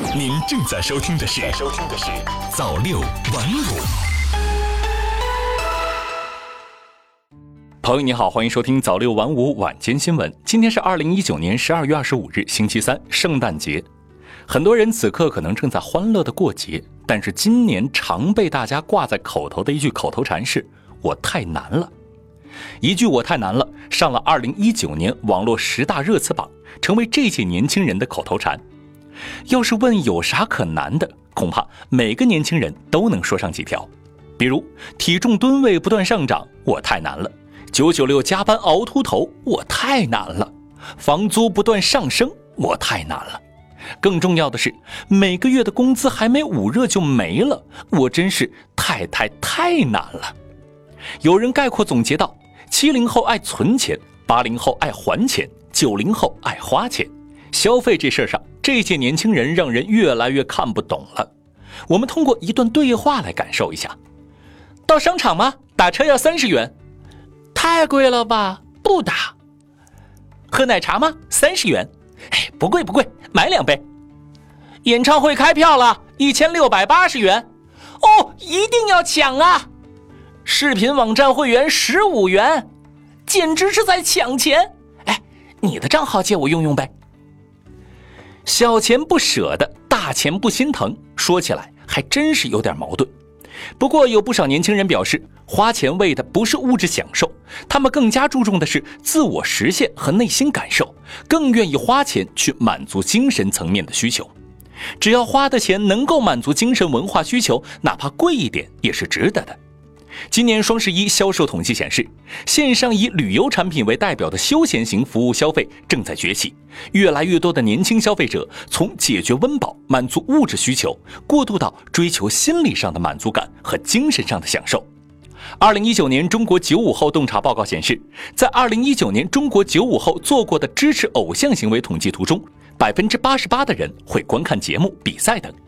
您正在收听的是早六晚五。 朋友你好，欢迎收听早六晚五晚间新闻。今天是2019年12月25日，星期三，圣诞节。很多人此刻可能正在欢乐的过节，但是今年常被大家挂在口头的一句口头禅是“我太难了”。一句“我太难了”上了2019年网络10大热词榜，成为这届年轻人的口头禅。要是问有啥可难的，恐怕每个年轻人都能说上几条。比如体重吨位不断上涨，我太难了；996加班熬秃头，我太难了；房租不断上升，我太难了。更重要的是，每个月的工资还没捂热就没了，我真是太难了。有人概括总结到：70后爱存钱，80后爱还钱，90后爱花钱。消费这事上，这届年轻人让人越来越看不懂了。我们通过一段对话来感受一下。到商场吗？打车要30元。太贵了吧，不打。喝奶茶吗？30元。不贵，买2杯。演唱会开票了，1680元。哦，一定要抢啊！视频网站会员15元，简直是在抢钱。你的账号借我用用呗。小钱不舍得，大钱不心疼，说起来还真是有点矛盾。不过有不少年轻人表示，花钱为的不是物质享受，他们更加注重的是自我实现和内心感受，更愿意花钱去满足精神层面的需求。只要花的钱能够满足精神文化需求，哪怕贵一点也是值得的。今年双11销售统计显示，线上以旅游产品为代表的休闲型服务消费正在崛起，越来越多的年轻消费者从解决温饱、满足物质需求，过渡到追求心理上的满足感和精神上的享受。2019年中国95后洞察报告显示，在2019年中国95后做过的支持偶像行为统计图中，88%的人会观看节目、比赛等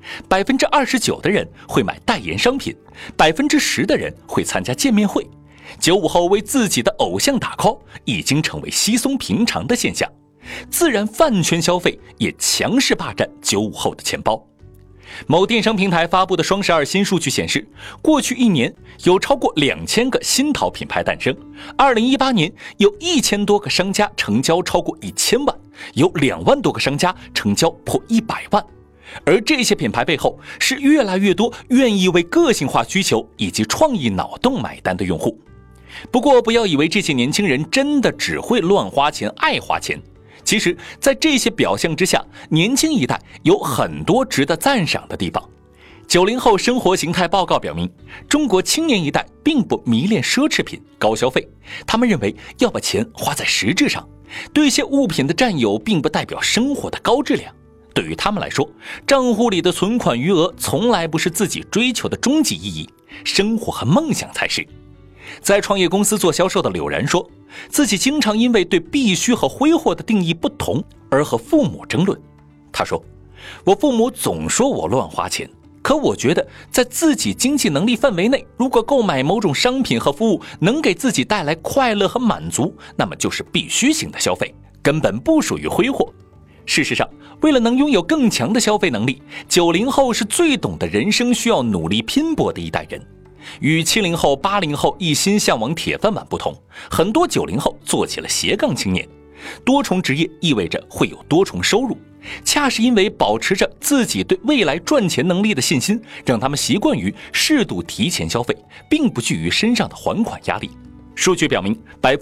，29%的人会买代言商品，10%的人会参加见面会。95后为自己的偶像打 call 已经成为稀松平常的现象，自然饭圈消费也强势霸占95后的钱包。某电商平台发布的双12新数据显示，过去1年有超过2000个新淘品牌诞生，2018年有1000多个商家成交超过1000万，有2万多个商家成交破100万。而这些品牌背后是越来越多愿意为个性化需求以及创意脑洞买单的用户。不过不要以为这些年轻人真的只会乱花钱、爱花钱，其实在这些表象之下，年轻一代有很多值得赞赏的地方。90后生活形态报告表明，中国青年一代并不迷恋奢侈品、高消费，他们认为要把钱花在实质上，对一些物品的占有并不代表生活的高质量。对于他们来说，账户里的存款余额从来不是自己追求的终极意义，生活和梦想才是。在创业公司做销售的柳然说，自己经常因为对必须和挥霍的定义不同而和父母争论。他说，我父母总说我乱花钱，可我觉得在自己经济能力范围内，如果购买某种商品和服务能给自己带来快乐和满足，那么就是必须型的消费，根本不属于挥霍。事实上，为了能拥有更强的消费能力，90后是最懂得人生需要努力拼搏的一代人。与70后、80后一心向往铁饭碗不同，很多90后做起了斜杠青年。多重职业意味着会有多重收入，恰是因为保持着自己对未来赚钱能力的信心，让他们习惯于适度提前消费，并不惧于身上的还款压力。数据表明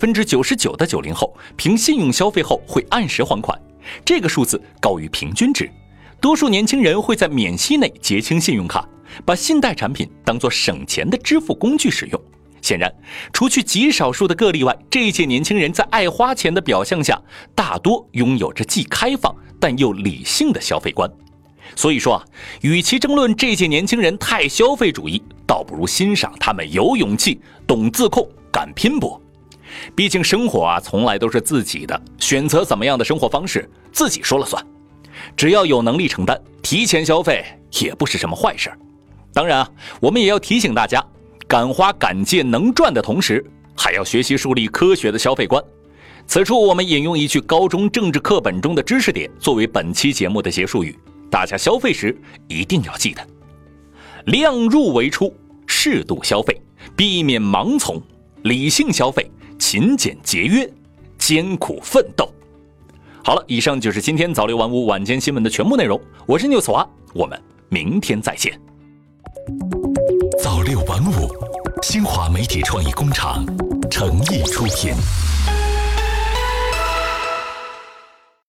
，99%的90后凭信用消费后会按时还款，这个数字高于平均值。多数年轻人会在免息内结清信用卡，把信贷产品当作省钱的支付工具使用。显然，除去极少数的个例外，这些年轻人在爱花钱的表象下，大多拥有着既开放但又理性的消费观。所以说与其争论这些年轻人太消费主义，倒不如欣赏他们有勇气、懂自控、敢拼搏。毕竟生活从来都是自己的，选择怎么样的生活方式自己说了算。只要有能力承担，提前消费也不是什么坏事。当然我们也要提醒大家，敢花敢借能赚的同时，还要学习树立科学的消费观。此处我们引用一句高中政治课本中的知识点作为本期节目的结束语： 大家消费时一定要记得，量入为出，适度消费，避免盲从，理性消费，勤俭节约，艰苦奋斗。好了，以上就是今天早六晚五晚间新闻的全部内容。我是News华，我们明天再见。 早六晚五，新华媒体创意工厂诚意出品。